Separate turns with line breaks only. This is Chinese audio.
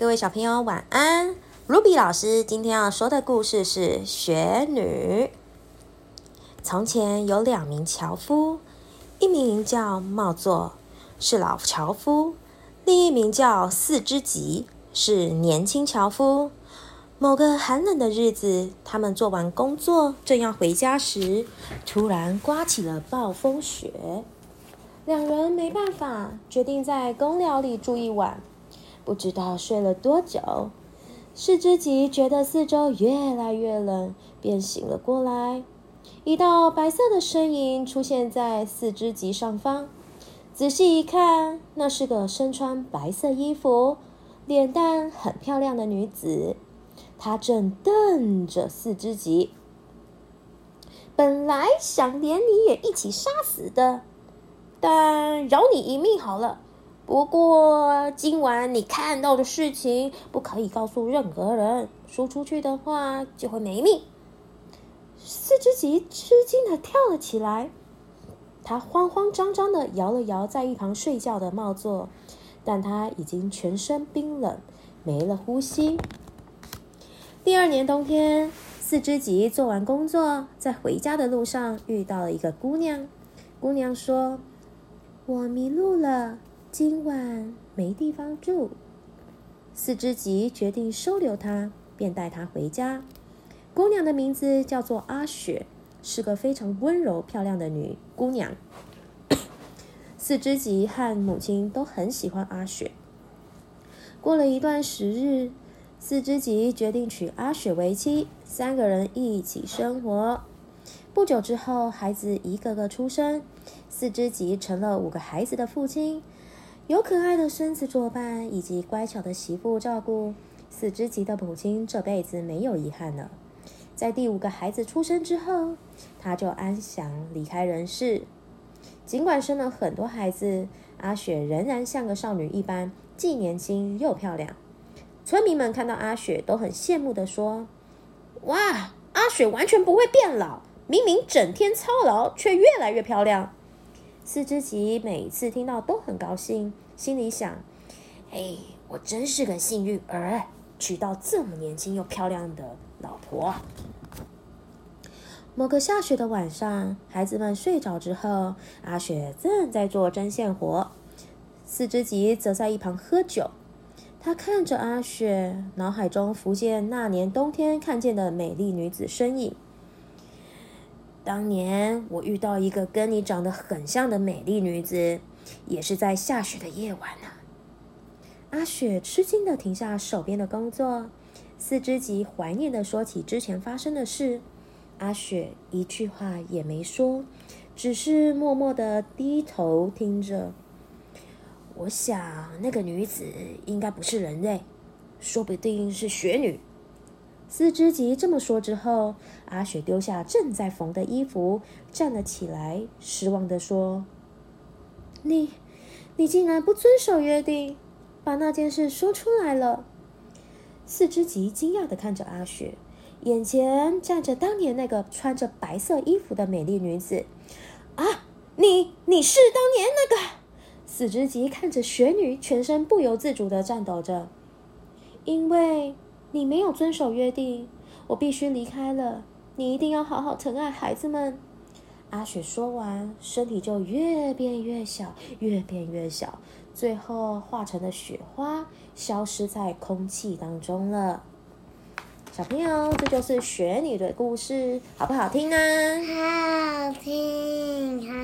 各位小朋友晚安。Ruby 老师今天要说的故事是雪女。从前有2名樵夫，一名叫茂作，是老樵夫；另一名叫四肢吉，是年轻樵夫。某个寒冷的日子，他们做完工作，正要回家时，突然刮起了暴风雪。2人没办法，决定在公寮里住一晚。不知道睡了多久，四肢吉觉得四周越来越冷，便醒了过来。一道白色的身影出现在四肢吉上方，仔细一看，那是个身穿白色衣服、脸蛋很漂亮的女子。她正瞪着四肢吉。本来想连你也一起杀死的，但饶你一命好了。不过今晚你看到的事情不可以告诉任何人，说出去的话就会没命。四肢吉吃惊地跳了起来，他慌慌张张地摇了摇在一旁睡觉的茂作，但他已经全身冰冷，没了呼吸。第2年冬天，四肢吉做完工作，在回家的路上遇到了一个姑娘。姑娘说：“我迷路了，今晚没地方住。”四肢吉决定收留她，便带她回家。姑娘的名字叫做阿雪，是个非常温柔漂亮的女姑娘。四肢吉和母亲都很喜欢阿雪。过了一段时日，四肢吉决定娶阿雪为妻，3个人一起生活。不久之后，孩子一个个出生，四肢吉成了5个孩子的父亲，有可爱的孙子作伴，以及乖巧的媳妇照顾。四肢吉的母亲这辈子没有遗憾了。在第5个孩子出生之后，她就安详离开人世。尽管生了很多孩子，阿雪仍然像个少女一般，既年轻又漂亮。村民们看到阿雪都很羡慕地说：“哇，阿雪完全不会变老，明明整天操劳，却越来越漂亮。”四肢吉每次听到都很高兴，心里想：“哎，我真是个幸运儿，娶到这么年轻又漂亮的老婆。”某个下雪的晚上，孩子们睡着之后，阿雪正在做针线活，四肢吉则在一旁喝酒。他看着阿雪，脑海中浮现那年冬天看见的美丽女子身影。当年我遇到一个跟你长得很像的美丽女子，也是在下雪的夜晚啊。阿雪吃惊地停下手边的工作，四肢吉怀念地说起之前发生的事。阿雪一句话也没说，只是默默地低头听着。我想那个女子应该不是人类，说不定是雪女。四肢吉这么说之后，阿雪丢下正在缝的衣服，站了起来，失望地说：“你竟然不遵守约定，把那件事说出来了。”四肢吉惊讶地看着阿雪，眼前站着当年那个穿着白色衣服的美丽女子。啊，你是当年那个？四肢吉看着雪女，全身不由自主地颤抖着。因为你没有遵守约定，我必须离开了。你一定要好好疼爱孩子们。阿雪说完，身体就越变越小，越变越小，最后化成了雪花，消失在空气当中了。小朋友，这就是雪女的故事，好不好听呢？
好好听。